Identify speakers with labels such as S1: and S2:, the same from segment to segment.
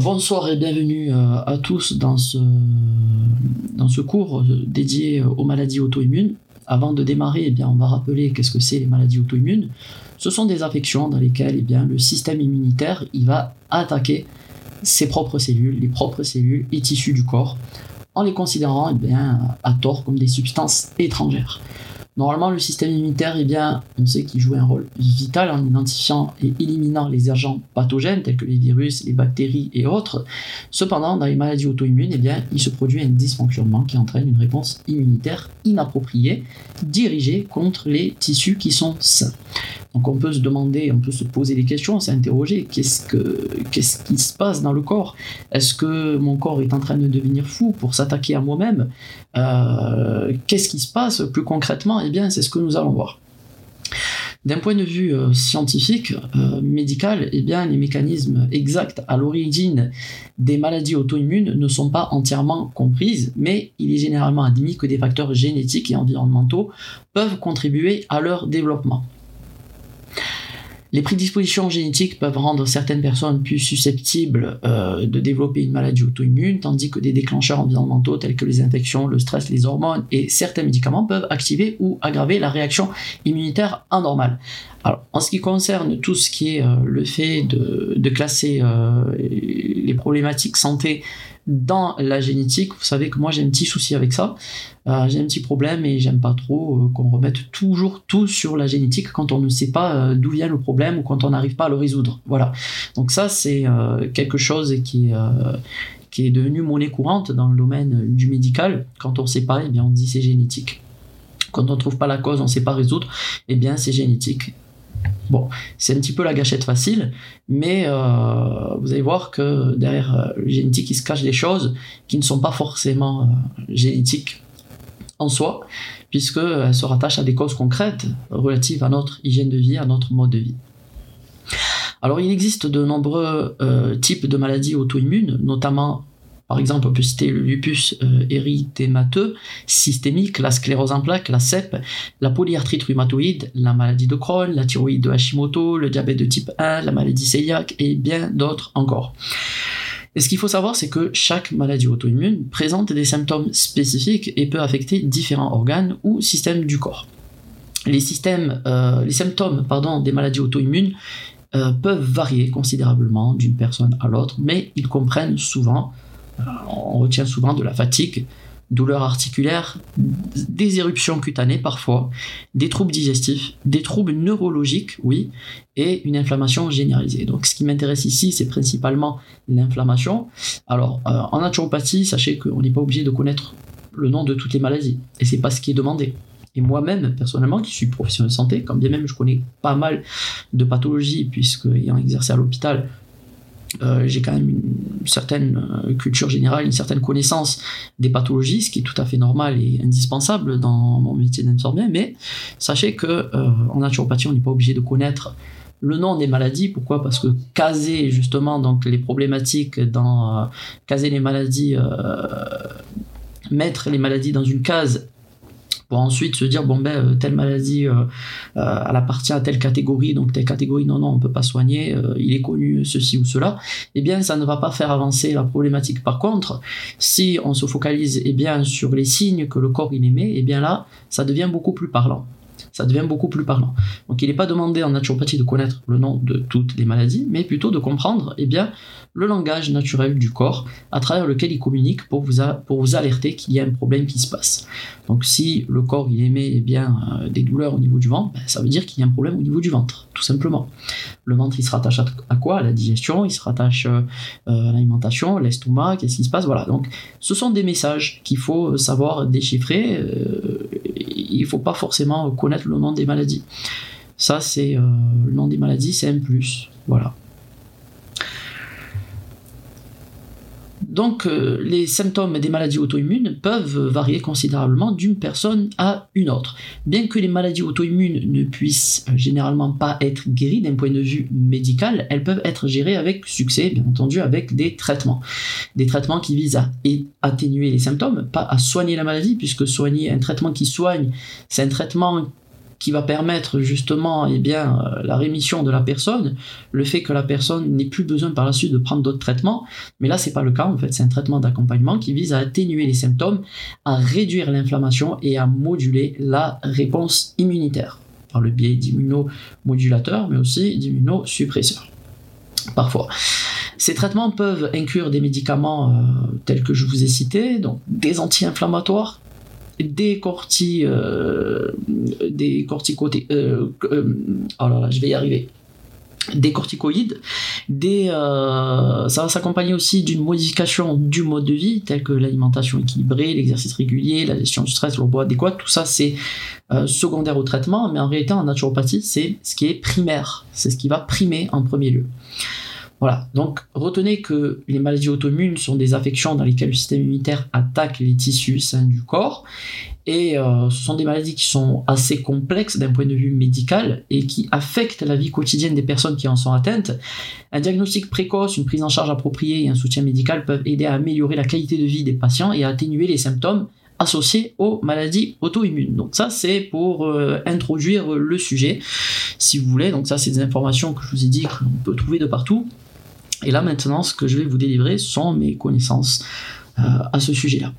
S1: Bonsoir et bienvenue à tous dans ce cours dédié aux maladies auto-immunes. Avant de démarrer, on va rappeler qu'est-ce que c'est les maladies auto-immunes. Ce sont des affections dans lesquelles le système immunitaire il va attaquer ses propres cellules, les propres cellules et tissus du corps, en les considérant à tort comme des substances étrangères. Normalement, le système immunitaire, on sait qu'il joue un rôle vital en identifiant et éliminant les agents pathogènes tels que les virus, les bactéries et autres. Cependant, dans les maladies auto-immunes, il se produit un dysfonctionnement qui entraîne une réponse immunitaire inappropriée, dirigée contre les tissus qui sont sains. Donc on peut se demander, on peut se poser des questions, s'interroger, qu'est-ce qui se passe dans le corps ? Est-ce que mon corps est en train de devenir fou pour s'attaquer à moi-même ? Qu'est-ce qui se passe plus concrètement ? C'est ce que nous allons voir. D'un point de vue scientifique, médical, les mécanismes exacts à l'origine des maladies auto-immunes ne sont pas entièrement comprises, mais il est généralement admis que des facteurs génétiques et environnementaux peuvent contribuer à leur développement. Les prédispositions génétiques peuvent rendre certaines personnes plus susceptibles de développer une maladie auto-immune, tandis que des déclencheurs environnementaux tels que les infections, le stress, les hormones et certains médicaments peuvent activer ou aggraver la réaction immunitaire anormale. Alors, en ce qui concerne tout ce qui est le fait de classer les problématiques santé dans la génétique, vous savez que moi j'ai un petit souci avec ça, j'ai un petit problème et j'aime pas trop qu'on remette toujours tout sur la génétique quand on ne sait pas d'où vient le problème ou quand on n'arrive pas à le résoudre. Voilà. Donc ça c'est quelque chose qui est devenu monnaie courante dans le domaine du médical. Quand on sait pas, on dit c'est génétique. Quand on trouve pas la cause, on sait pas résoudre, c'est génétique. Bon, c'est un petit peu la gâchette facile, mais vous allez voir que derrière le génétique, il se cache des choses qui ne sont pas forcément génétiques en soi, puisqu'elles se rattachent à des causes concrètes relatives à notre hygiène de vie, à notre mode de vie. Alors, il existe de nombreux types de maladies auto-immunes, notamment, par exemple, on peut citer le lupus érythémateux systémique, la sclérose en plaques, la CEP, la polyarthrite rhumatoïde, la maladie de Crohn, la thyroïde de Hashimoto, le diabète de type 1, la maladie cœliaque et bien d'autres encore. Et ce qu'il faut savoir, c'est que chaque maladie auto-immune présente des symptômes spécifiques et peut affecter différents organes ou systèmes du corps. Les symptômes des maladies auto-immunes peuvent varier considérablement d'une personne à l'autre, mais ils comprennent souvent, on retient souvent de la fatigue, douleurs articulaires, des éruptions cutanées parfois, des troubles digestifs, des troubles neurologiques, oui, et une inflammation généralisée. Donc ce qui m'intéresse ici, c'est principalement l'inflammation. Alors en naturopathie, sachez qu'on n'est pas obligé de connaître le nom de toutes les maladies, et c'est pas ce qui est demandé. Et moi-même, personnellement, qui suis professionnel de santé, quand bien même je connais pas mal de pathologies, puisque ayant exercé à l'hôpital, j'ai quand même une certaine culture générale, une certaine connaissance des pathologies, ce qui est tout à fait normal et indispensable dans mon métier d'infirmier, mais sachez que en naturopathie, on n'est pas obligé de connaître le nom des maladies. Pourquoi ? Parce que caser justement donc les problématiques caser les maladies, mettre les maladies dans une case pour ensuite se dire telle maladie elle appartient à telle catégorie, donc telle catégorie non on peut pas soigner, il est connu ceci ou cela, ça ne va pas faire avancer la problématique. Par contre, si on se focalise sur les signes que le corps il émet, là ça devient beaucoup plus parlant. Donc il n'est pas demandé en naturopathie de connaître le nom de toutes les maladies, mais plutôt de comprendre le langage naturel du corps à travers lequel il communique pour vous alerter qu'il y a un problème qui se passe. Donc si le corps il émet des douleurs au niveau du ventre, ça veut dire qu'il y a un problème au niveau du ventre, tout simplement. Le ventre il se rattache à quoi ? À la digestion, il se rattache à l'alimentation, l'estomac, qu'est-ce qui se passe ? Voilà, donc ce sont des messages qu'il faut savoir déchiffrer. Il ne faut pas forcément connaître le nom des maladies. Ça, c'est le nom des maladies, c'est un plus. Voilà. Donc, les symptômes des maladies auto-immunes peuvent varier considérablement d'une personne à une autre. Bien que les maladies auto-immunes ne puissent généralement pas être guéries d'un point de vue médical, elles peuvent être gérées avec succès, bien entendu, avec des traitements. Des traitements qui visent à atténuer les symptômes, pas à soigner la maladie, puisque soigner un traitement qui soigne, c'est un traitement qui va permettre justement la rémission de la personne, le fait que la personne n'ait plus besoin par la suite de prendre d'autres traitements. Mais là, c'est pas le cas, en fait, c'est un traitement d'accompagnement qui vise à atténuer les symptômes, à réduire l'inflammation et à moduler la réponse immunitaire par le biais d'immunomodulateurs, mais aussi d'immunosuppresseurs, parfois. Ces traitements peuvent inclure des médicaments tels que je vous ai cités, donc des anti-inflammatoires, des corticoïdes, ça va s'accompagner aussi d'une modification du mode de vie, telle que l'alimentation équilibrée, l'exercice régulier, la gestion du stress, le repos adéquat. Tout ça, c'est secondaire au traitement, mais en réalité, en naturopathie, c'est ce qui est primaire, c'est ce qui va primer en premier lieu. Voilà, donc retenez que les maladies auto-immunes sont des affections dans lesquelles le système immunitaire attaque les tissus sains du corps, et ce sont des maladies qui sont assez complexes d'un point de vue médical et qui affectent la vie quotidienne des personnes qui en sont atteintes. Un diagnostic précoce, une prise en charge appropriée et un soutien médical peuvent aider à améliorer la qualité de vie des patients et à atténuer les symptômes associés aux maladies auto-immunes. Donc ça, c'est pour introduire le sujet, si vous voulez. Donc ça, c'est des informations que je vous ai dit qu'on peut trouver de partout. Et là, maintenant, ce que je vais vous délivrer sont mes connaissances à ce sujet-là.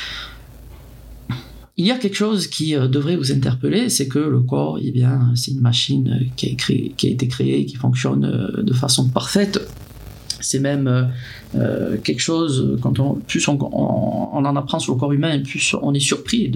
S1: Il y a quelque chose qui devrait vous interpeller, c'est que le corps, c'est une machine qui a été créée, qui fonctionne de façon parfaite. C'est même quelque chose, plus on en apprend sur le corps humain, plus on est surpris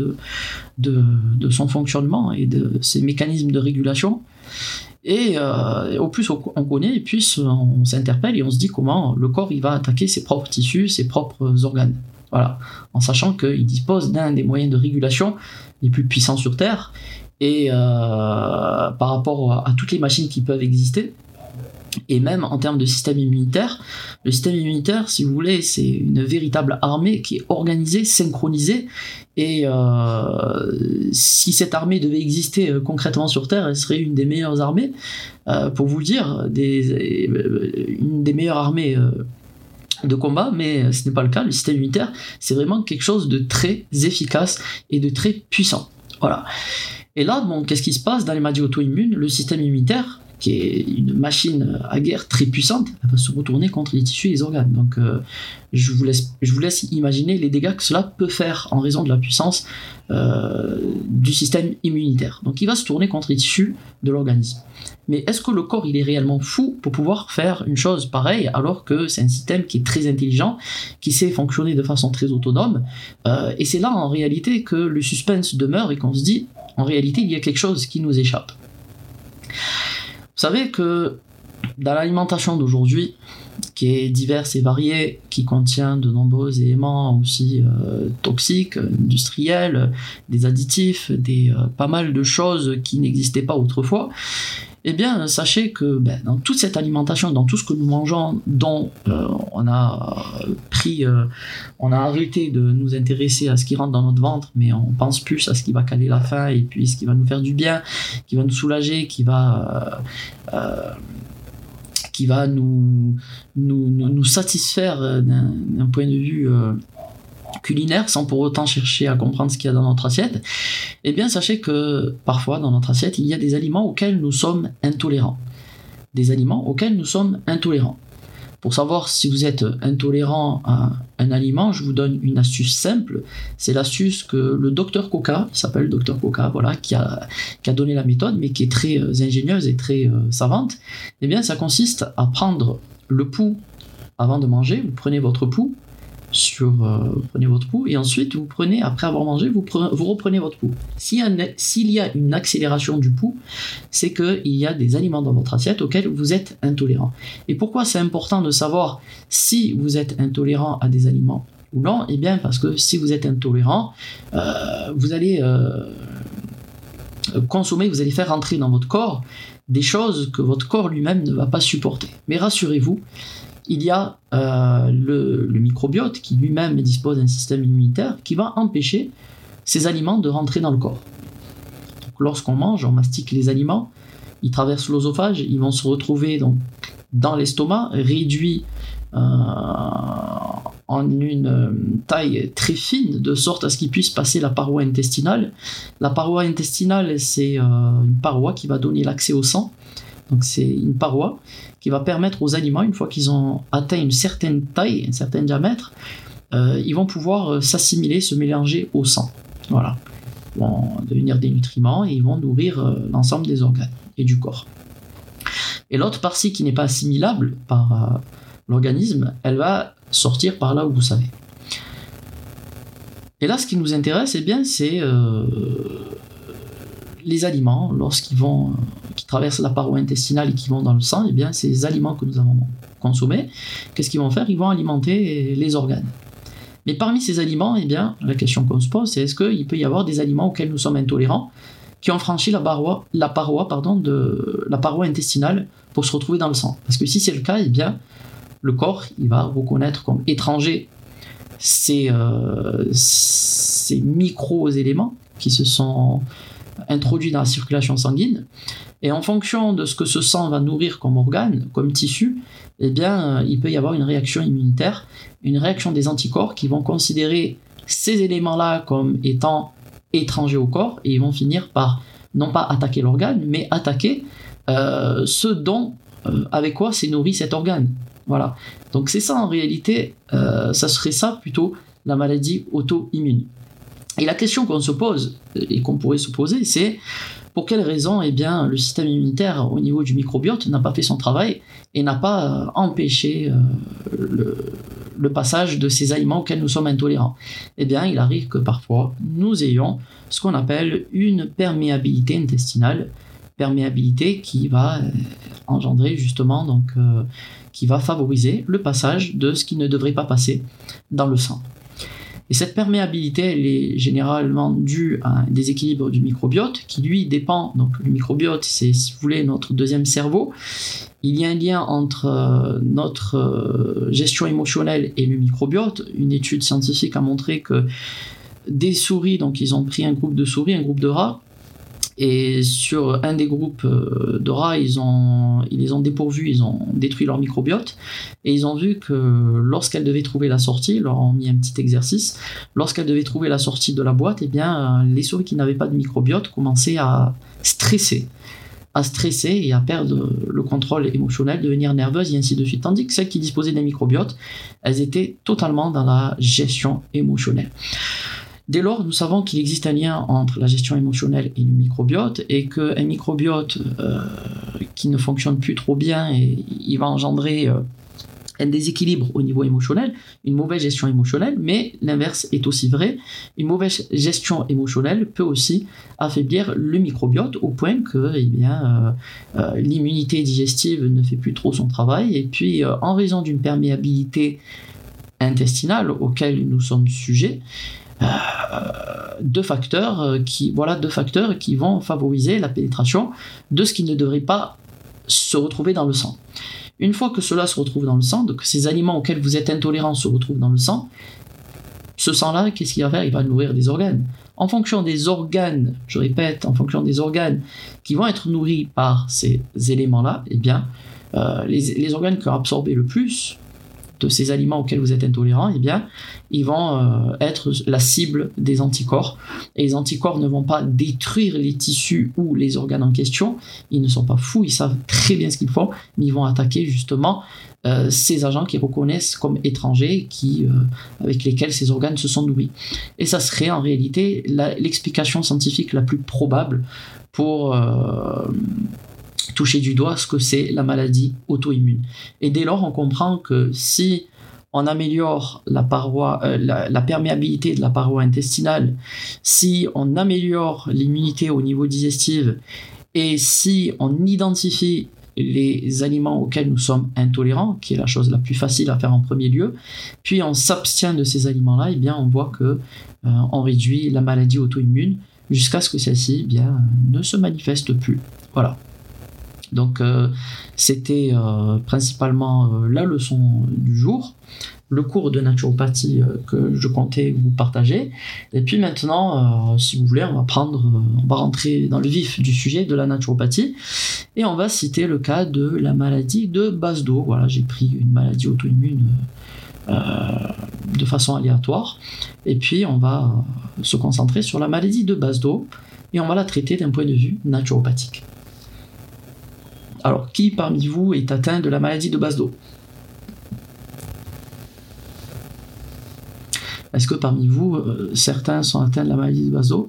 S1: de son fonctionnement et de ses mécanismes de régulation. Et au plus on connaît, et plus on s'interpelle et on se dit comment le corps il va attaquer ses propres tissus, ses propres organes. Voilà, en sachant qu'il dispose d'un des moyens de régulation les plus puissants sur Terre, et par rapport à toutes les machines qui peuvent exister, et même en termes de système immunitaire, le système immunitaire, si vous voulez, c'est une véritable armée qui est organisée, synchronisée, et si cette armée devait exister concrètement sur Terre, elle serait une des meilleures armées, pour vous le dire, une des meilleures armées de combat, mais ce n'est pas le cas. Le système immunitaire, c'est vraiment quelque chose de très efficace et de très puissant. Voilà. Et là, qu'est-ce qui se passe dans les maladies auto-immunes? Le système immunitaire, qui est une machine à guerre très puissante, elle va se retourner contre les tissus et les organes. Donc je vous laisse imaginer les dégâts que cela peut faire en raison de la puissance du système immunitaire. Donc il va se tourner contre les tissus de l'organisme. Mais est-ce que le corps il est réellement fou pour pouvoir faire une chose pareille, alors que c'est un système qui est très intelligent, qui sait fonctionner de façon très autonome, et c'est là en réalité que le suspense demeure et qu'on se dit en réalité il y a quelque chose qui nous échappe. Vous savez que dans l'alimentation d'aujourd'hui, qui est diverse et variée, qui contient de nombreux éléments aussi toxiques, industriels, des additifs, pas mal de choses qui n'existaient pas autrefois, eh bien, sachez que dans toute cette alimentation, dans tout ce que nous mangeons, dont on a arrêté de nous intéresser à ce qui rentre dans notre ventre, mais on pense plus à ce qui va caler la faim et puis ce qui va nous faire du bien, qui va nous soulager, qui va nous satisfaire d'un point de vue culinaire, sans pour autant chercher à comprendre ce qu'il y a dans notre assiette, eh bien sachez que parfois dans notre assiette il y a des aliments auxquels nous sommes intolérants. Pour savoir si vous êtes intolérant à un aliment, je vous donne une astuce simple. C'est l'astuce que le docteur Coca, il s'appelle docteur Coca, voilà, qui a donné la méthode, mais qui est très ingénieuse et très savante. Eh bien, ça consiste à prendre le pouls avant de manger. Vous prenez votre pouls, et ensuite vous prenez, après avoir mangé, vous reprenez votre pouls. S'il y a une accélération du pouls, c'est qu'il y a des aliments dans votre assiette auxquels vous êtes intolérant. Et pourquoi c'est important de savoir si vous êtes intolérant à des aliments ou non? Eh bien parce que si vous êtes intolérant, vous allez consommer, vous allez faire rentrer dans votre corps des choses que votre corps lui-même ne va pas supporter. Mais rassurez-vous, il y a le microbiote qui lui-même dispose d'un système immunitaire qui va empêcher ces aliments de rentrer dans le corps. Donc, lorsqu'on mange, on mastique les aliments, ils traversent l'œsophage, ils vont se retrouver donc dans l'estomac, réduits en en une taille très fine, de sorte à ce qu'ils puissent passer la paroi intestinale. La paroi intestinale, c'est une paroi qui va donner l'accès au sang. Donc c'est une paroi qui va permettre aux aliments, une fois qu'ils ont atteint une certaine taille, un certain diamètre, ils vont pouvoir s'assimiler, se mélanger au sang. Voilà. Ils vont devenir des nutriments et ils vont nourrir l'ensemble des organes et du corps. Et l'autre partie qui n'est pas assimilable par l'organisme, elle va sortir par là où vous savez. Et là, ce qui nous intéresse, eh bien, c'est les aliments, qui traversent la paroi intestinale et qui vont dans le sang, eh bien, ces aliments que nous avons consommés, qu'est-ce qu'ils vont faire? Ils vont alimenter les organes. Mais parmi ces aliments, eh bien, la question qu'on se pose, c'est est-ce qu'il peut y avoir des aliments auxquels nous sommes intolérants, qui ont franchi la paroi intestinale pour se retrouver dans le sang? Parce que si c'est le cas, eh bien, le corps, il va reconnaître comme étrangers ces micro-éléments qui se sont introduits dans la circulation sanguine, et en fonction de ce que ce sang va nourrir comme organe, comme tissu, eh bien, il peut y avoir une réaction immunitaire, une réaction des anticorps qui vont considérer ces éléments-là comme étant étrangers au corps, et ils vont finir par non pas attaquer l'organe, mais attaquer avec quoi s'est nourri cet organe. Voilà. Donc c'est ça en réalité, ça serait ça plutôt la maladie auto-immune. Et la question qu'on se pose, et qu'on pourrait se poser, c'est pour quelle raison eh bien, le système immunitaire au niveau du microbiote n'a pas fait son travail et n'a pas empêché le passage de ces aliments auxquels nous sommes intolérants. Eh bien, il arrive que parfois nous ayons ce qu'on appelle une perméabilité intestinale, perméabilité qui va engendrer justement, donc, qui va favoriser le passage de ce qui ne devrait pas passer dans le sang. Et cette perméabilité, elle est généralement due à un déséquilibre du microbiote qui, lui, dépend. Donc, le microbiote, c'est, si vous voulez, notre deuxième cerveau. Il y a un lien entre notre gestion émotionnelle et le microbiote. Une étude scientifique a montré que des souris, donc ils ont pris un groupe de souris, un groupe de rats, et sur un des groupes de rats, ils les ont dépourvus, ils ont détruit leur microbiote, et ils ont vu que lorsqu'elles devaient trouver la sortie, ils leur ont mis un petit exercice, lorsqu'elles devaient trouver la sortie de la boîte, eh bien, les souris qui n'avaient pas de microbiote commençaient à stresser et à perdre le contrôle émotionnel, devenir nerveuses et ainsi de suite. Tandis que celles qui disposaient d'un microbiote, elles étaient totalement dans la gestion émotionnelle. Dès lors, nous savons qu'il existe un lien entre la gestion émotionnelle et le microbiote, et qu'un microbiote qui ne fonctionne plus trop bien, il va engendrer un déséquilibre au niveau émotionnel, une mauvaise gestion émotionnelle, mais l'inverse est aussi vrai. Une mauvaise gestion émotionnelle peut aussi affaiblir le microbiote au point que l'immunité digestive ne fait plus trop son travail, et puis en raison d'une perméabilité intestinale auquel nous sommes sujets, deux facteurs qui vont favoriser la pénétration de ce qui ne devrait pas se retrouver dans le sang. Une fois que cela se retrouve dans le sang, donc ces aliments auxquels vous êtes intolérants se retrouvent dans le sang, ce sang-là, qu'est-ce qu'il va faire? Il va nourrir des organes. En fonction des organes, je répète, en fonction des organes qui vont être nourris par ces éléments-là, eh bien, les organes qui ont absorbé le plus de ces aliments auxquels vous êtes intolérant, eh bien, ils vont être la cible des anticorps. Et les anticorps ne vont pas détruire les tissus ou les organes en question. Ils ne sont pas fous, ils savent très bien ce qu'ils font, mais ils vont attaquer justement ces agents qu'ils reconnaissent comme étrangers, avec lesquels ces organes se sont nourris. Et ça serait en réalité l'explication scientifique la plus probable pour toucher du doigt ce que c'est la maladie auto-immune. Et dès lors, on comprend que si on améliore la perméabilité de la paroi intestinale, si on améliore l'immunité au niveau digestif, et si on identifie les aliments auxquels nous sommes intolérants, qui est la chose la plus facile à faire en premier lieu, puis on s'abstient de ces aliments-là, et bien on voit que on réduit la maladie auto-immune jusqu'à ce que celle-ci ne se manifeste plus. Voilà. Donc c'était principalement la leçon du jour, le cours de naturopathie que je comptais vous partager. Et puis maintenant, si vous voulez, on va rentrer dans le vif du sujet de la naturopathie, et on va citer le cas de la maladie de Basedow. Voilà, j'ai pris une maladie auto-immune de façon aléatoire. Et puis on va se concentrer sur la maladie de base d'eau et on va la traiter d'un point de vue naturopathique. Alors, qui parmi vous est atteint de la maladie de base d'eau? Est-ce que parmi vous, certains sont atteints de la maladie de base d'eau?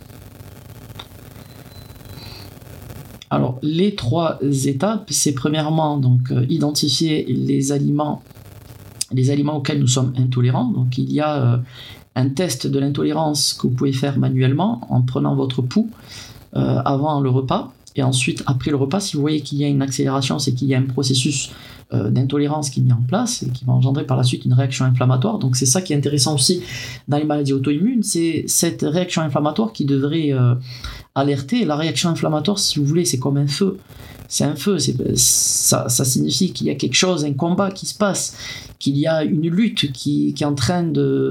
S1: Alors, les 3 étapes, c'est premièrement donc identifier les aliments auxquels nous sommes intolérants. Donc, il y a un test de l'intolérance que vous pouvez faire manuellement en prenant votre pouls avant le repas. Et ensuite, après le repas, si vous voyez qu'il y a une accélération, c'est qu'il y a un processus d'intolérance qui est mis en place et qui va engendrer par la suite une réaction inflammatoire. Donc c'est ça qui est intéressant aussi dans les maladies auto-immunes, c'est cette réaction inflammatoire qui devrait alerter. La réaction inflammatoire, si vous voulez, c'est comme un feu. C'est un feu, ça signifie qu'il y a quelque chose, un combat qui se passe, qu'il y a une lutte qui est en train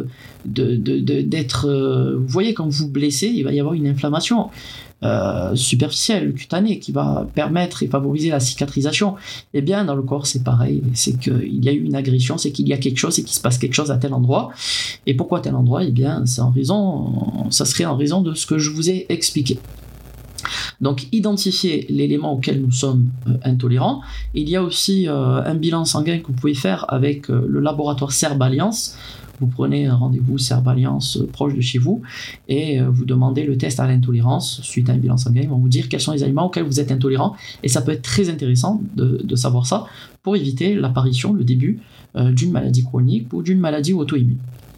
S1: d'être... vous voyez, quand vous vous blessez, il va y avoir une inflammation superficielle, cutanée, qui va permettre et favoriser la cicatrisation. Et bien dans le corps c'est pareil, c'est qu'il y a eu une agression, c'est qu'il y a quelque chose, c'est qu'il se passe quelque chose à tel endroit. Et pourquoi tel endroit? Et bien ça serait en raison de ce que je vous ai expliqué. Donc identifier l'élément auquel nous sommes intolérants. Il y a aussi un bilan sanguin que vous pouvez faire avec le laboratoire Serballiance. Vous prenez un rendez-vous Serballiance proche de chez vous et vous demandez le test à l'intolérance. Suite à un bilan sanguin, ils vont vous dire quels sont les aliments auxquels vous êtes intolérant. Et ça peut être très intéressant de savoir ça pour éviter l'apparition, le début d'une maladie chronique ou d'une maladie auto-immune.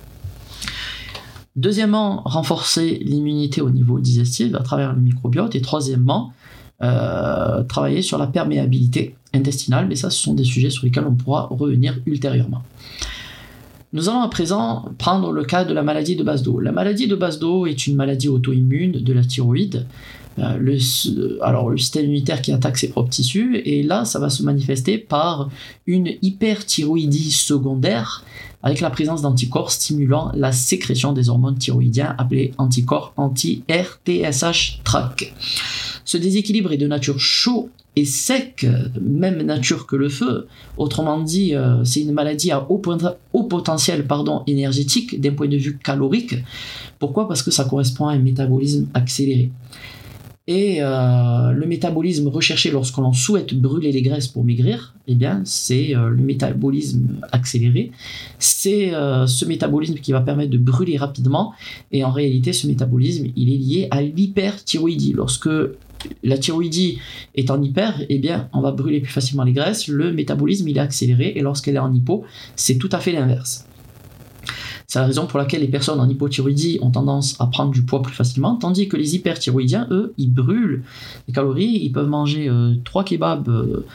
S1: Deuxièmement, renforcer l'immunité au niveau digestif à travers le microbiote. Et troisièmement, travailler sur la perméabilité intestinale. Mais ça, ce sont des sujets sur lesquels on pourra revenir ultérieurement. Nous allons à présent prendre le cas de la maladie de base d'eau. La maladie de base d'eau est une maladie auto-immune de la thyroïde. Le système immunitaire qui attaque ses propres tissus, et là ça va se manifester par une hyperthyroïdie secondaire avec la présence d'anticorps stimulant la sécrétion des hormones thyroïdiens appelés anticorps anti-RTSH-TRAC. Ce déséquilibre est de nature chaud et sec, même nature que le feu. Autrement dit, c'est une maladie à haut potentiel énergétique d'un point de vue calorique. Pourquoi? Parce que ça correspond à un métabolisme accéléré. Et le métabolisme recherché lorsque l'on souhaite brûler les graisses pour maigrir, eh bien, c'est le métabolisme accéléré. C'est ce métabolisme qui va permettre de brûler rapidement. Et en réalité, ce métabolisme, il est lié à l'hyperthyroïdie. Lorsque la thyroïdie est en hyper, eh bien, on va brûler plus facilement les graisses. Le métabolisme, il est accéléré. Et lorsqu'elle est en hypo, c'est tout à fait l'inverse. C'est la raison pour laquelle les personnes en hypothyroïdie ont tendance à prendre du poids plus facilement, tandis que les hyperthyroïdiens, eux, ils brûlent les calories, ils peuvent manger 3 kebabs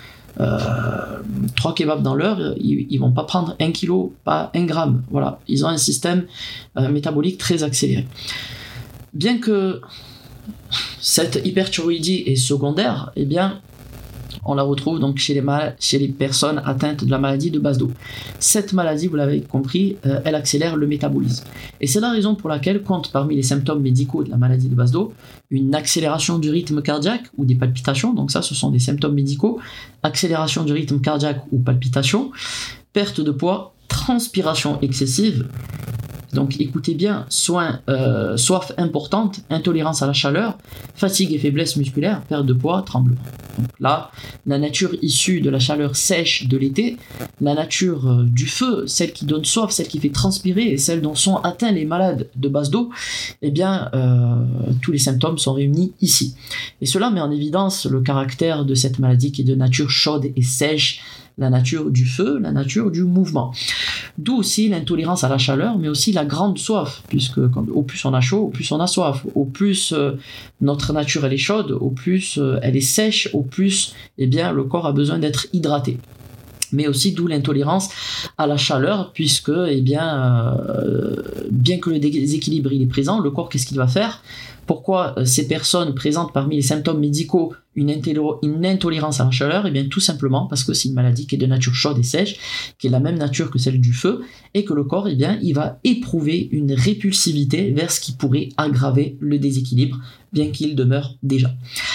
S1: dans l'heure, ils vont pas prendre 1 kilo, pas 1 gramme. Voilà, ils ont un système métabolique très accéléré. Bien que cette hyperthyroïdie est secondaire, eh bien, on la retrouve donc chez les personnes atteintes de la maladie de base d'eau. Cette maladie, vous l'avez compris, elle accélère le métabolisme. Et c'est la raison pour laquelle compte parmi les symptômes médicaux de la maladie de base d'eau une accélération du rythme cardiaque ou des palpitations. Donc ça, ce sont des symptômes médicaux. Accélération du rythme cardiaque ou palpitations, perte de poids, transpiration excessive. Donc écoutez bien, soif importante, intolérance à la chaleur, fatigue et faiblesse musculaire, perte de poids, tremblement. Donc là, la nature issue de la chaleur sèche de l'été, la nature du feu, celle qui donne soif, celle qui fait transpirer, et celle dont sont atteints les malades de base d'eau, eh bien, tous les symptômes sont réunis ici. Et cela met en évidence le caractère de cette maladie qui est de nature chaude et sèche, la nature du feu, la nature du mouvement. D'où aussi l'intolérance à la chaleur, mais aussi la grande soif, puisque au plus on a chaud, au plus on a soif. Au plus notre nature elle est chaude, au plus elle est sèche, au plus eh bien, le corps a besoin d'être hydraté. Mais aussi d'où l'intolérance à la chaleur, puisque eh bien que le déséquilibre il est présent, le corps qu'est-ce qu'il va faire? Pourquoi ces personnes présentent parmi les symptômes médicaux une intolérance à la chaleur? Eh bien tout simplement parce que c'est une maladie qui est de nature chaude et sèche, qui est la même nature que celle du feu, et que le corps eh bien, il va éprouver une répulsivité vers ce qui pourrait aggraver le déséquilibre, bien qu'il demeure déjà.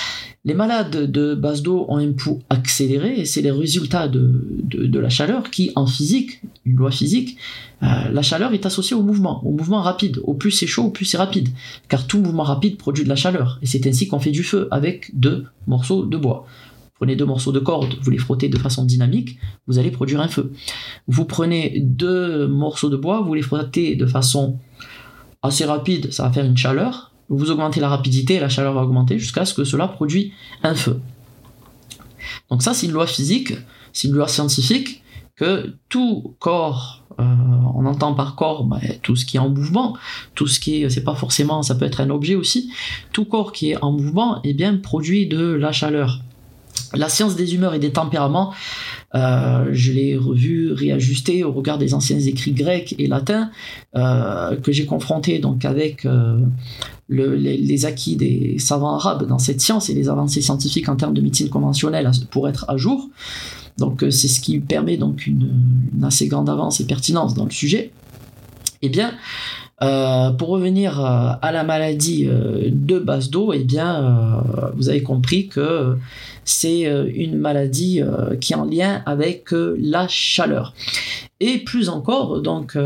S1: Les malades de base d'eau ont un pouls accéléré et c'est les résultats de la chaleur qui, en physique, une loi physique, la chaleur est associée au mouvement rapide. Au plus c'est chaud, au plus c'est rapide. Car tout mouvement rapide produit de la chaleur. Et c'est ainsi qu'on fait du feu avec 2 morceaux de bois. Vous prenez 2 morceaux de corde, vous les frottez de façon dynamique, vous allez produire un feu. Vous prenez 2 morceaux de bois, vous les frottez de façon assez rapide, ça va faire une chaleur. Vous augmentez la rapidité, la chaleur va augmenter jusqu'à ce que cela produise un feu. Donc ça, c'est une loi physique, c'est une loi scientifique, que tout corps, on entend par corps tout ce qui est en mouvement, tout ce qui est, c'est pas forcément, ça peut être un objet aussi, tout corps qui est en mouvement, produit de la chaleur. La science des humeurs et des tempéraments, je l'ai revu, réajusté au regard des anciens écrits grecs et latins que j'ai confrontés donc avec les acquis des savants arabes dans cette science et les avancées scientifiques en termes de médecine conventionnelle pour être à jour. Donc c'est ce qui permet donc une assez grande avance et pertinence dans le sujet. Eh bien, pour revenir à la maladie de base d'eau, vous avez compris que c'est une maladie qui est en lien avec la chaleur. Et plus encore, donc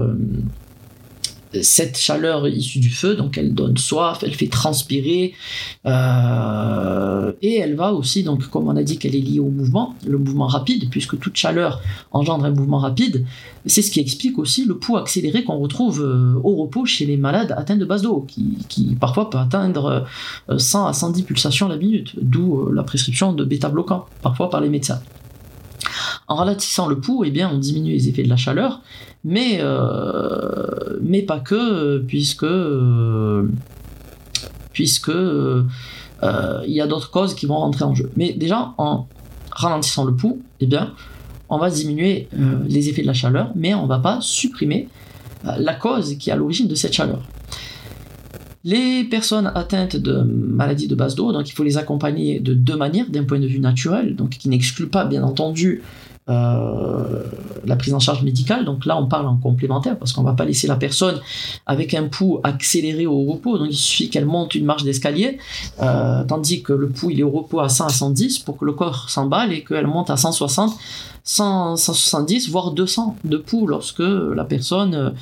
S1: cette chaleur issue du feu, donc elle donne soif, elle fait transpirer, et elle va aussi, donc comme on a dit qu'elle est liée au mouvement, le mouvement rapide, puisque toute chaleur engendre un mouvement rapide, c'est ce qui explique aussi le pouls accéléré qu'on retrouve au repos chez les malades atteints de base d'eau, qui parfois peut atteindre 100 à 110 pulsations à la minute, d'où la prescription de bêta-bloquants, parfois par les médecins. En ralentissant le pouls, on diminue les effets de la chaleur, mais pas que, puisque il y a d'autres causes qui vont rentrer en jeu. Mais déjà, en ralentissant le pouls, on va diminuer les effets de la chaleur, mais on ne va pas supprimer la cause qui est à l'origine de cette chaleur. Les personnes atteintes de maladies de base d'eau, donc il faut les accompagner de 2 manières, d'un point de vue naturel, donc qui n'exclut pas bien entendu la prise en charge médicale. Donc là on parle en complémentaire parce qu'on ne va pas laisser la personne avec un pouls accéléré au repos, donc il suffit qu'elle monte une marche d'escalier, tandis que le pouls il est au repos à 100 à 110 pour que le corps s'emballe et qu'elle monte à 160, 170 voire 200 de pouls lorsque la personne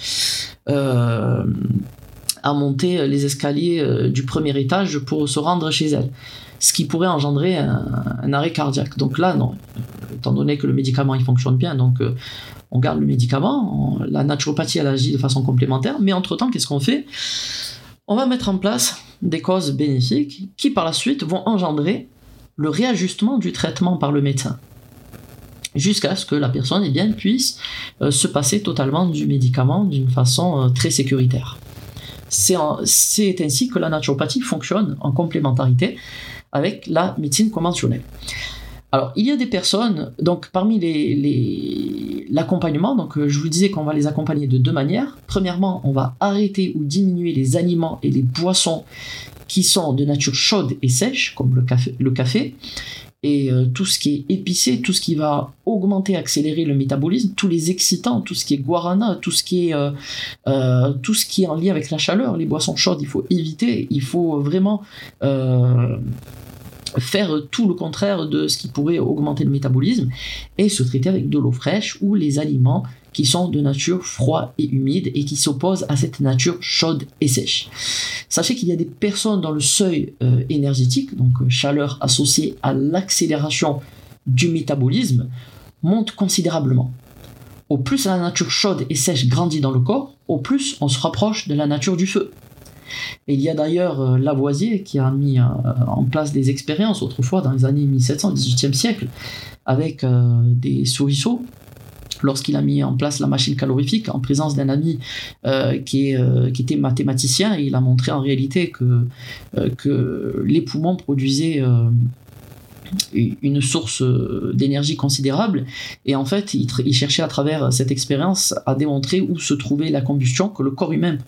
S1: à monter les escaliers du premier étage pour se rendre chez elle, ce qui pourrait engendrer un arrêt cardiaque. Donc là, non, étant donné que le médicament il fonctionne bien, donc on garde le médicament, la naturopathie elle agit de façon complémentaire, mais entre-temps, qu'est-ce qu'on fait ? On va mettre en place des causes bénéfiques qui par la suite vont engendrer le réajustement du traitement par le médecin, jusqu'à ce que la personne puisse se passer totalement du médicament d'une façon très sécuritaire. C'est ainsi que la naturopathie fonctionne en complémentarité avec la médecine conventionnelle. Alors, il y a des personnes, donc parmi l'accompagnement, donc je vous disais qu'on va les accompagner de 2 manières. Premièrement, on va arrêter ou diminuer les aliments et les boissons qui sont de nature chaude et sèche, comme le café, et tout ce qui est épicé, tout ce qui va augmenter, accélérer le métabolisme, tous les excitants, tout ce qui est guarana, tout ce qui est en lien avec la chaleur, les boissons chaudes, il faut éviter, il faut vraiment faire tout le contraire de ce qui pourrait augmenter le métabolisme et se traiter avec de l'eau fraîche ou les aliments qui sont de nature froide et humide et qui s'opposent à cette nature chaude et sèche. Sachez qu'il y a des personnes dans le seuil énergétique, donc chaleur associée à l'accélération du métabolisme, monte considérablement. Au plus la nature chaude et sèche grandit dans le corps, au plus on se rapproche de la nature du feu. Et il y a d'ailleurs Lavoisier qui a mis en place des expériences autrefois dans les années 1700, 18e siècle, avec des souriceaux, lorsqu'il a mis en place la machine calorifique en présence d'un ami qui était mathématicien, et il a montré en réalité que les poumons produisaient une source d'énergie considérable, et en fait il cherchait à travers cette expérience à démontrer où se trouvait la combustion, que le corps humain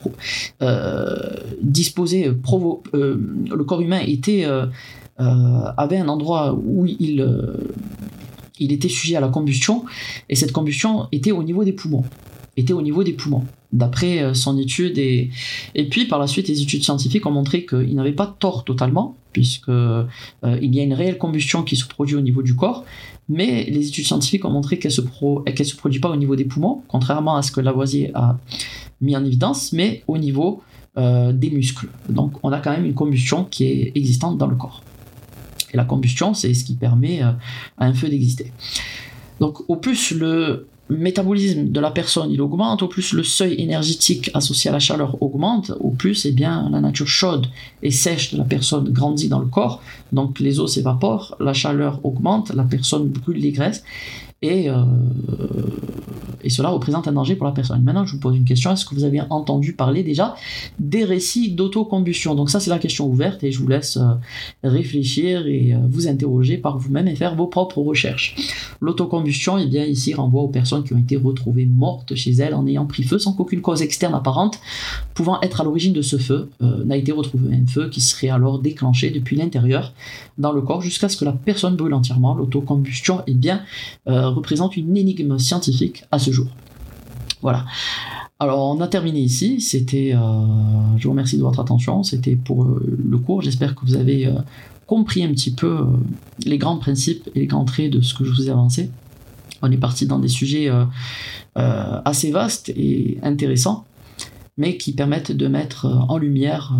S1: le corps humain avait un endroit où il était sujet à la combustion, et cette combustion était au niveau des poumons. était au niveau des poumons, d'après son étude. Et puis par la suite, les études scientifiques ont montré qu'il n'avait pas tort totalement, puisque il y a une réelle combustion qui se produit au niveau du corps, mais les études scientifiques ont montré qu'elle se produit pas au niveau des poumons, contrairement à ce que Lavoisier a mis en évidence, mais au niveau des muscles. Donc on a quand même une combustion qui est existante dans le corps. Et la combustion, c'est ce qui permet à un feu d'exister. Donc au plus le métabolisme de la personne il augmente, au plus le seuil énergétique associé à la chaleur augmente, au plus la nature chaude et sèche de la personne grandit dans le corps, donc les os s'évaporent, la chaleur augmente, la personne brûle les graisses, et cela représente un danger pour la personne. Maintenant, je vous pose une question, est-ce que vous avez entendu parler déjà des récits d'autocombustion? Donc ça, c'est la question ouverte, et je vous laisse réfléchir et vous interroger par vous-même et faire vos propres recherches. L'autocombustion, ici renvoie aux personnes qui ont été retrouvées mortes chez elles en ayant pris feu sans qu'aucune cause externe apparente pouvant être à l'origine de ce feu n'a été retrouvée. Un feu qui serait alors déclenché depuis l'intérieur dans le corps jusqu'à ce que la personne brûle entièrement. L'autocombustion représente une énigme scientifique à ce jour. Voilà. Alors on a terminé ici, je vous remercie de votre attention, c'était pour le cours, j'espère que vous avez compris un petit peu les grands principes et les grands traits de ce que je vous ai avancé. On est parti dans des sujets assez vastes et intéressants, mais qui permettent de mettre en lumière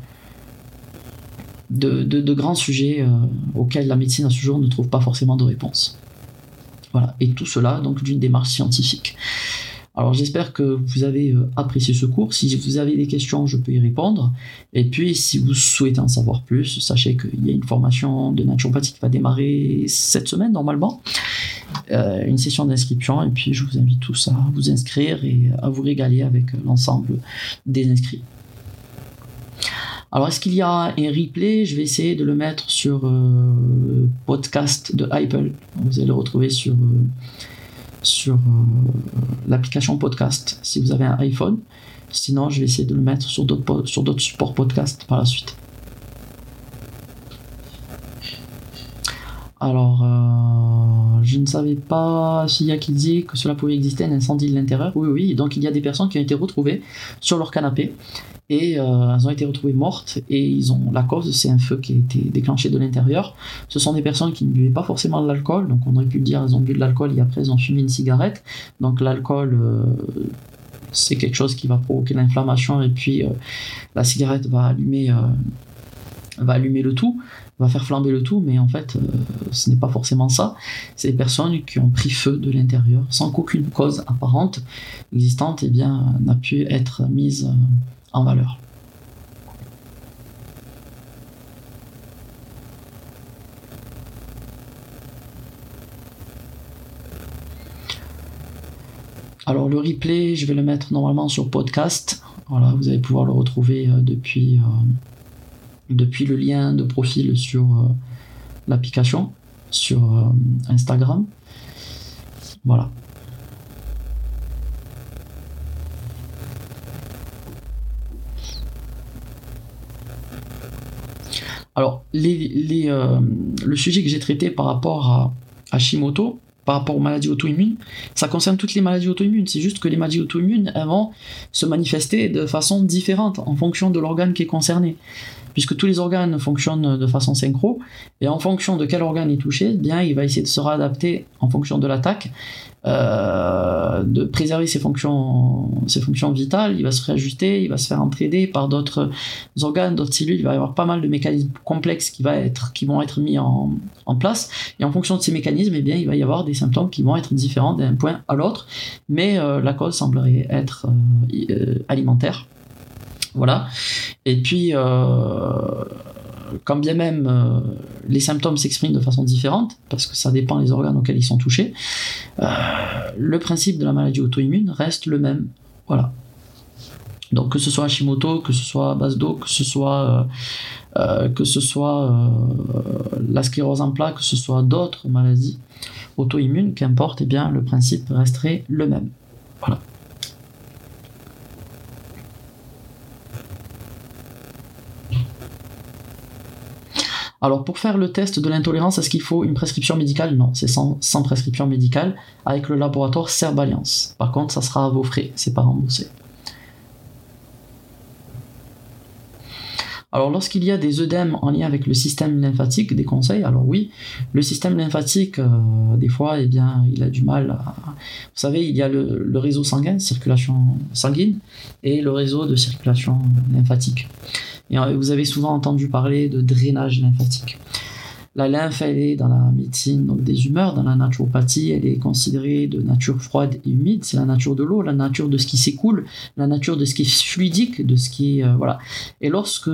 S1: de grands sujets auxquels la médecine à ce jour ne trouve pas forcément de réponse. Voilà, et tout cela donc d'une démarche scientifique. Alors j'espère que vous avez apprécié ce cours. Si vous avez des questions, je peux y répondre. Et puis si vous souhaitez en savoir plus, sachez qu'il y a une formation de naturopathie qui va démarrer cette semaine normalement. Une session d'inscription, et puis je vous invite tous à vous inscrire et à vous régaler avec l'ensemble des inscrits. Alors, est-ce qu'il y a un replay? Je vais essayer de le mettre sur podcast de Apple. Vous allez le retrouver sur l'application podcast si vous avez un iPhone. Sinon, je vais essayer de le mettre sur d'autres supports podcast par la suite. Alors, je ne savais pas s'il y a qui dit que cela pouvait exister, un incendie de l'intérieur. Oui, donc il y a des personnes qui ont été retrouvées sur leur canapé et elles ont été retrouvées mortes, et la cause, c'est un feu qui a été déclenché de l'intérieur. Ce sont des personnes qui ne buvaient pas forcément de l'alcool, donc on aurait pu dire elles ont bu de l'alcool et après elles ont fumé une cigarette. Donc l'alcool, c'est quelque chose qui va provoquer l'inflammation, et puis la cigarette va allumer le tout, va faire flamber le tout, mais en fait ce n'est pas forcément ça. C'est des personnes qui ont pris feu de l'intérieur sans qu'aucune cause apparente existante n'a pu être mise en valeur. Alors le replay, je vais le mettre normalement sur podcast. Voilà, vous allez pouvoir le retrouver depuis le lien de profil sur l'application, sur Instagram. Voilà. Alors, le sujet que j'ai traité par rapport à Hashimoto, par rapport aux maladies auto-immunes, ça concerne toutes les maladies auto-immunes. C'est juste que les maladies auto-immunes, elles vont se manifester de façon différente en fonction de l'organe qui est concerné. Puisque tous les organes fonctionnent de façon synchro, et en fonction de quel organe est touché, il va essayer de se réadapter en fonction de l'attaque, de préserver ses fonctions vitales, il va se réajuster, il va se faire entraider par d'autres organes, d'autres cellules, il va y avoir pas mal de mécanismes complexes qui vont être mis en place, et en fonction de ces mécanismes, il va y avoir des symptômes qui vont être différents d'un point à l'autre, mais la cause semblerait être alimentaire. Voilà. Et puis, quand bien même les symptômes s'expriment de façon différente, parce que ça dépend des organes auxquels ils sont touchés, le principe de la maladie auto-immune reste le même. Voilà. Donc que ce soit Hashimoto, que ce soit Basdo, que ce soit la sclérose en plaques, que ce soit d'autres maladies auto-immunes, qu'importe, le principe resterait le même. Voilà. Alors pour faire le test de l'intolérance, est-ce qu'il faut une prescription médicale? Non, c'est sans prescription médicale avec le laboratoire Serballiance. Par contre, ça sera à vos frais, c'est pas remboursé. Alors lorsqu'il y a des œdèmes en lien avec le système lymphatique, des conseils, alors oui, le système lymphatique, des fois, eh bien, il a du mal à... Vous savez, il y a le réseau sanguin, circulation sanguine, et le réseau de circulation lymphatique. Et vous avez souvent entendu parler de drainage lymphatique. La lymphe, elle est dans la médecine donc des humeurs, dans la naturopathie, elle est considérée de nature froide et humide, c'est la nature de l'eau, la nature de ce qui s'écoule, la nature de ce qui est fluidique, de ce qui est... voilà. Et lorsque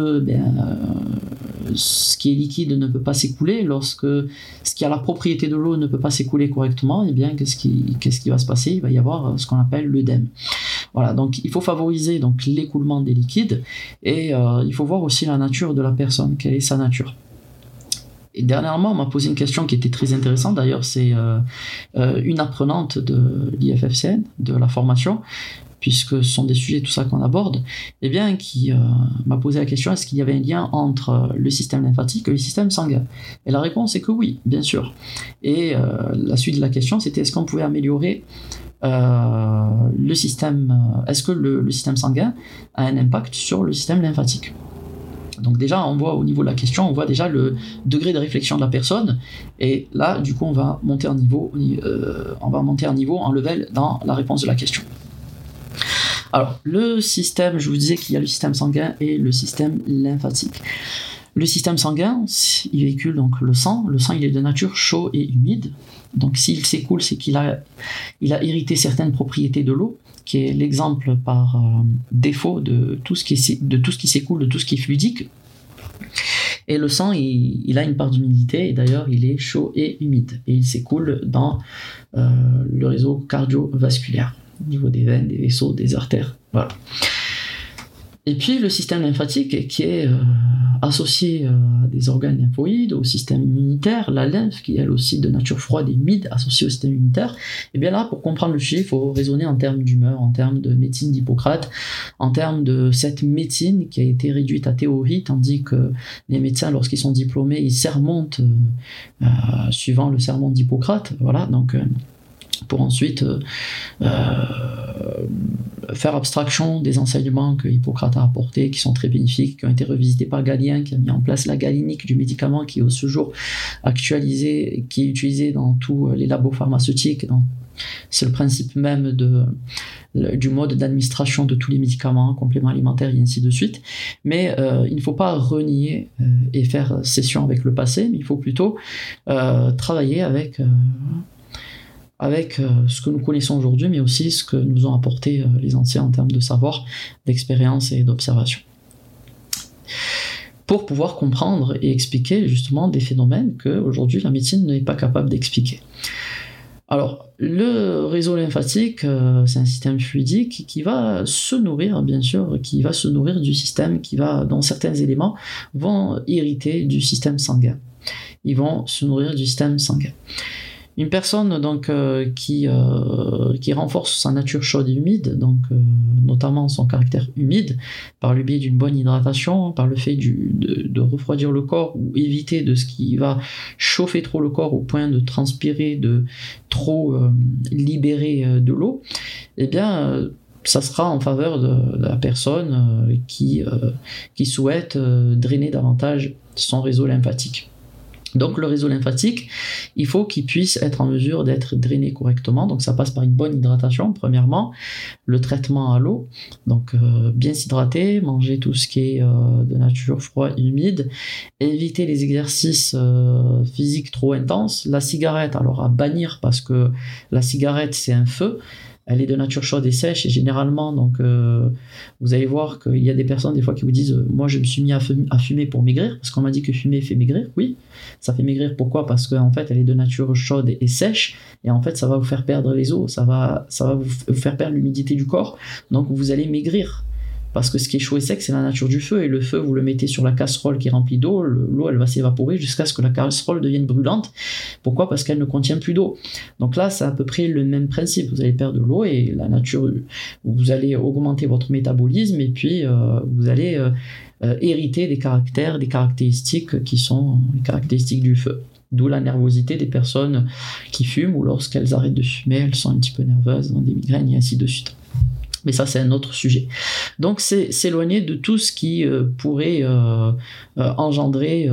S1: ce qui est liquide ne peut pas s'écouler, lorsque ce qui a la propriété de l'eau ne peut pas s'écouler correctement, eh bien qu'est-ce qui va se passer? Il va y avoir ce qu'on appelle l'œdème. Voilà, donc il faut favoriser donc l'écoulement des liquides et il faut voir aussi la nature de la personne, quelle est sa nature. Et dernièrement, on m'a posé une question qui était très intéressante, d'ailleurs c'est une apprenante de l'IFFCN, de la formation, puisque ce sont des sujets tout ça qu'on aborde, eh bien qui m'a posé la question, est-ce qu'il y avait un lien entre le système lymphatique et le système sanguin? Et la réponse est que oui, bien sûr. Et la suite de la question, c'était est-ce qu'on pouvait améliorer le système, est-ce que le système sanguin a un impact sur le système lymphatique? Donc déjà, on voit au niveau de la question, on voit déjà le degré de réflexion de la personne, et là, du coup, on va monter un niveau, en level dans la réponse de la question. Alors, le système, je vous disais qu'il y a le système sanguin et le système lymphatique. Le système sanguin, il véhicule donc le sang. Le sang, il est de nature chaud et humide. Donc, s'il s'écoule, c'est qu'il a hérité certaines propriétés de l'eau, qui est l'exemple par défaut de tout ce qui s'écoule, de tout ce qui est fluidique. Et le sang, il a une part d'humidité, et d'ailleurs, il est chaud et humide. Et il s'écoule dans le réseau cardiovasculaire, au niveau des veines, des vaisseaux, des artères. Voilà. Et puis le système lymphatique qui est associé à des organes lymphoïdes, au système immunitaire, la lymphe qui est elle aussi de nature froide et humide, associée au système immunitaire. Et bien là, pour comprendre le sujet, il faut raisonner en termes d'humeur, en termes de médecine d'Hippocrate, en termes de cette médecine qui a été réduite à théorie, tandis que les médecins, lorsqu'ils sont diplômés, ils sermentent suivant le serment d'Hippocrate. Voilà, donc... pour ensuite faire abstraction des enseignements que Hippocrate a apportés, qui sont très bénéfiques, qui ont été revisités par Galien, qui a mis en place la galénique du médicament, qui est au ce jour actualisé, qui est utilisé dans tous les labos pharmaceutiques. C'est le principe même du mode d'administration de tous les médicaments, compléments alimentaires et ainsi de suite. Mais il ne faut pas renier et faire session avec le passé, mais il faut plutôt travailler avec ce que nous connaissons aujourd'hui, mais aussi ce que nous ont apporté les anciens en termes de savoir, d'expérience et d'observation. Pour pouvoir comprendre et expliquer justement des phénomènes qu'aujourd'hui la médecine n'est pas capable d'expliquer. Alors, le réseau lymphatique, c'est un système fluidique qui va se nourrir, bien sûr, du système dont certains éléments vont hériter du système sanguin. Ils vont se nourrir du système sanguin. Une personne donc qui renforce sa nature chaude et humide, donc notamment son caractère humide, par le biais d'une bonne hydratation, par le fait de refroidir le corps ou éviter de ce qui va chauffer trop le corps au point de transpirer, de trop libérer de l'eau, eh bien ça sera en faveur de la personne qui souhaite drainer davantage son réseau lymphatique. Donc le réseau lymphatique, il faut qu'il puisse être en mesure d'être drainé correctement, donc ça passe par une bonne hydratation premièrement, le traitement à l'eau, donc bien s'hydrater, manger tout ce qui est de nature froide et humide, éviter les exercices physiques trop intenses, la cigarette alors à bannir parce que la cigarette c'est un feu, elle est de nature chaude et sèche, et généralement, donc, vous allez voir qu'il y a des personnes des fois qui vous disent moi je me suis mis à fumer pour maigrir, parce qu'on m'a dit que fumer fait maigrir. Oui, ça fait maigrir, pourquoi? Parce qu'en fait elle est de nature chaude et sèche, et en fait ça va vous faire perdre les os, ça va vous faire perdre l'humidité du corps, donc vous allez maigrir. parce que ce qui est chaud et sec, c'est la nature du feu, et le feu, vous le mettez sur la casserole qui est remplie d'eau, l'eau, elle va s'évaporer jusqu'à ce que la casserole devienne brûlante. Pourquoi ? Parce qu'elle ne contient plus d'eau. Donc là, c'est à peu près le même principe. Vous allez perdre de l'eau, et la nature, vous allez augmenter votre métabolisme, et puis vous allez hériter des caractéristiques qui sont les caractéristiques du feu. D'où la nervosité des personnes qui fument, ou lorsqu'elles arrêtent de fumer, elles sont un petit peu nerveuses, ont des migraines, et ainsi de suite. Mais ça, c'est un autre sujet. Donc, c'est s'éloigner de tout ce qui pourrait engendrer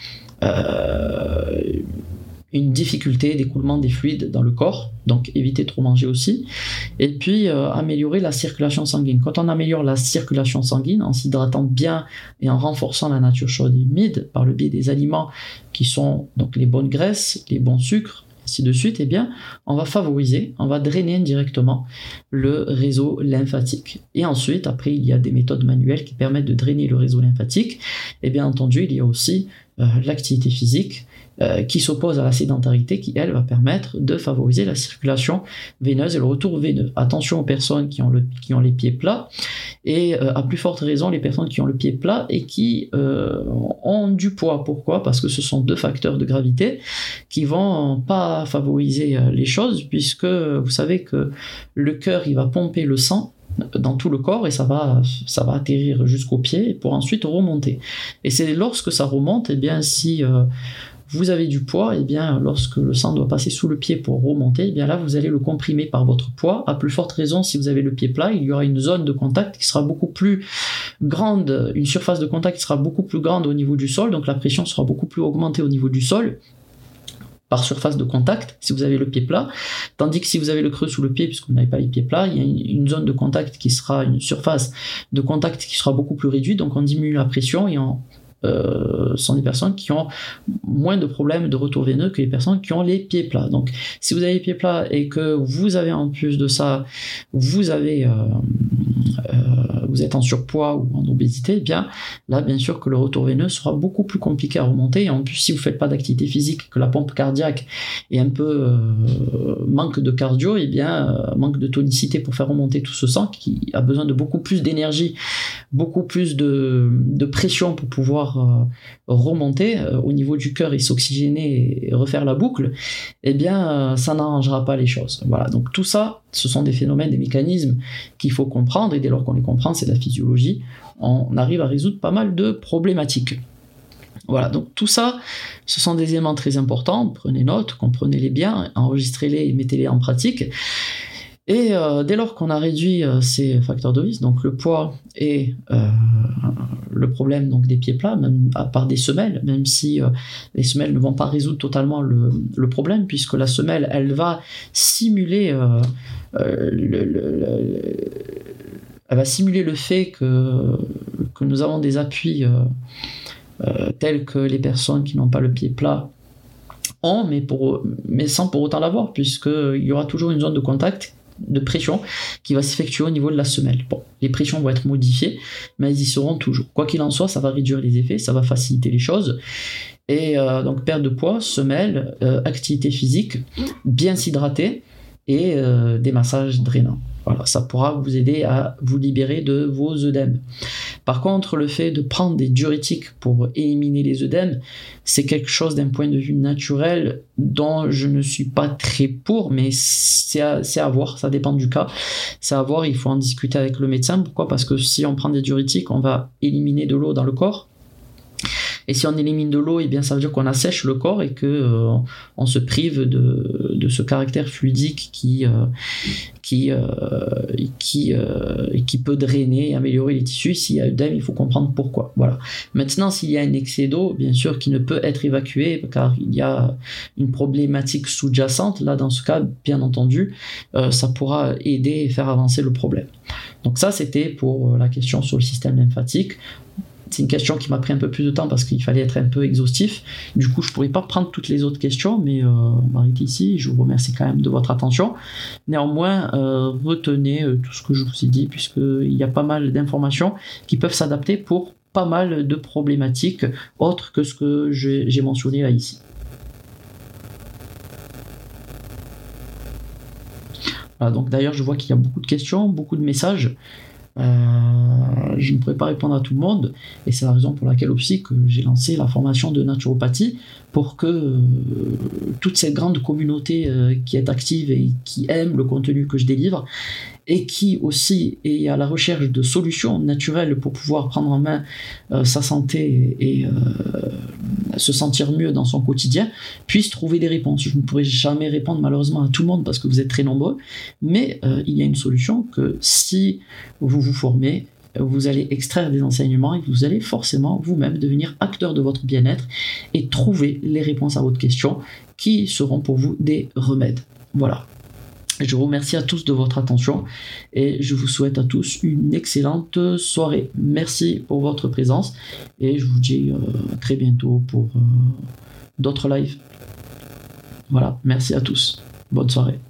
S1: une difficulté d'écoulement des fluides dans le corps, donc éviter de trop manger aussi, et puis améliorer la circulation sanguine. Quand on améliore la circulation sanguine en s'hydratant bien et en renforçant la nature chaude et humide par le biais des aliments qui sont donc les bonnes graisses, les bons sucres, ainsi de suite, eh bien, on va favoriser, on va drainer indirectement le réseau lymphatique. Et ensuite, après, il y a des méthodes manuelles qui permettent de drainer le réseau lymphatique. Et bien entendu, il y a aussi l'activité physique qui s'oppose à la sédentarité, qui elle va permettre de favoriser la circulation veineuse et le retour veineux. Attention aux personnes qui ont les pieds plats, et à plus forte raison les personnes qui ont le pied plat et qui ont du poids. Pourquoi ? Parce que ce sont deux facteurs de gravité qui vont pas favoriser les choses, puisque vous savez que le cœur, il va pomper le sang dans tout le corps, et ça va atterrir jusqu'aux pieds pour ensuite remonter. Et c'est lorsque ça remonte, et bien si vous avez du poids, et bien lorsque le sang doit passer sous le pied pour remonter, et bien là vous allez le comprimer par votre poids. À plus forte raison, si vous avez le pied plat, il y aura une zone de contact qui sera beaucoup plus grande, une surface de contact qui sera beaucoup plus grande au niveau du sol, donc la pression sera beaucoup plus augmentée au niveau du sol par surface de contact, si vous avez le pied plat, tandis que si vous avez le creux sous le pied, puisque vous n'avez pas les pieds plats, il y a une zone de contact qui sera, une surface de contact qui sera beaucoup plus réduite, donc on diminue la pression, et sont des personnes qui ont moins de problèmes de retour veineux que les personnes qui ont les pieds plats. Donc si vous avez les pieds plats et que vous avez en plus de ça, vous êtes en surpoids ou en obésité, eh bien là bien sûr que le retour veineux sera beaucoup plus compliqué à remonter, et en plus si vous ne faites pas d'activité physique, que la pompe cardiaque est un peu manque de cardio, eh bien manque de tonicité pour faire remonter tout ce sang qui a besoin de beaucoup plus d'énergie, beaucoup plus de pression pour pouvoir remonter au niveau du cœur et s'oxygéner et refaire la boucle, eh bien ça n'arrangera pas les choses. Voilà, donc tout ça, ce sont des phénomènes, des mécanismes qu'il faut comprendre, et dès lors qu'on les comprend, c'est de la physiologie, on arrive à résoudre pas mal de problématiques. Voilà, donc tout ça, ce sont des éléments très importants, prenez note, comprenez-les bien, enregistrez-les et mettez-les en pratique. Et dès lors qu'on a réduit ces facteurs de risque, donc le poids et le problème donc des pieds plats, même à part des semelles, même si les semelles ne vont pas résoudre totalement le problème, puisque la semelle, elle va simuler elle va simuler le fait que nous avons des appuis tels que les personnes qui n'ont pas le pied plat ont, mais sans pour autant l'avoir, puisqu'il y aura toujours une zone de contact, de pression qui va s'effectuer au niveau de la semelle. Bon, les pressions vont être modifiées, mais elles y seront toujours. Quoi qu'il en soit, ça va réduire les effets, ça va faciliter les choses. Et donc perte de poids, semelle, activité physique, bien s'hydrater, et des massages drainants. Voilà, ça pourra vous aider à vous libérer de vos œdèmes. Par contre, le fait de prendre des diurétiques pour éliminer les œdèmes, c'est quelque chose d'un point de vue naturel dont je ne suis pas très pour, mais c'est à voir, ça dépend du cas. C'est à voir, il faut en discuter avec le médecin. Pourquoi ? Parce que si on prend des diurétiques, on va éliminer de l'eau dans le corps. Et si on élimine de l'eau, eh bien ça veut dire qu'on assèche le corps, et que on se prive de ce caractère fluidique qui peut drainer et améliorer les tissus. S'il y a œdème, il faut comprendre pourquoi. Voilà. Maintenant, s'il y a un excès d'eau, bien sûr, qui ne peut être évacué car il y a une problématique sous-jacente, là, dans ce cas, bien entendu, ça pourra aider et faire avancer le problème. Donc ça, c'était pour la question sur le système lymphatique. C'est une question qui m'a pris un peu plus de temps parce qu'il fallait être un peu exhaustif. Du coup, je ne pourrais pas prendre toutes les autres questions, mais on m'arrête ici. Je vous remercie quand même de votre attention. Néanmoins, retenez tout ce que je vous ai dit, puisqu'il y a pas mal d'informations qui peuvent s'adapter pour pas mal de problématiques autres que ce que j'ai mentionné là ici. Voilà, donc d'ailleurs, je vois qu'il y a beaucoup de questions, beaucoup de messages. Je ne pourrais pas répondre à tout le monde, et c'est la raison pour laquelle aussi que j'ai lancé la formation de naturopathie, pour que toute cette grande communauté qui est active et qui aime le contenu que je délivre, et qui aussi est à la recherche de solutions naturelles pour pouvoir prendre en main sa santé et se sentir mieux dans son quotidien, puisse trouver des réponses. Je ne pourrai jamais répondre malheureusement à tout le monde parce que vous êtes très nombreux, mais il y a une solution que si vous vous formez, vous allez extraire des enseignements et vous allez forcément vous-même devenir acteur de votre bien-être et trouver les réponses à votre question qui seront pour vous des remèdes. Voilà. Je vous remercie à tous de votre attention et je vous souhaite à tous une excellente soirée. Merci pour votre présence et je vous dis à très bientôt pour d'autres lives. Voilà, merci à tous. Bonne soirée.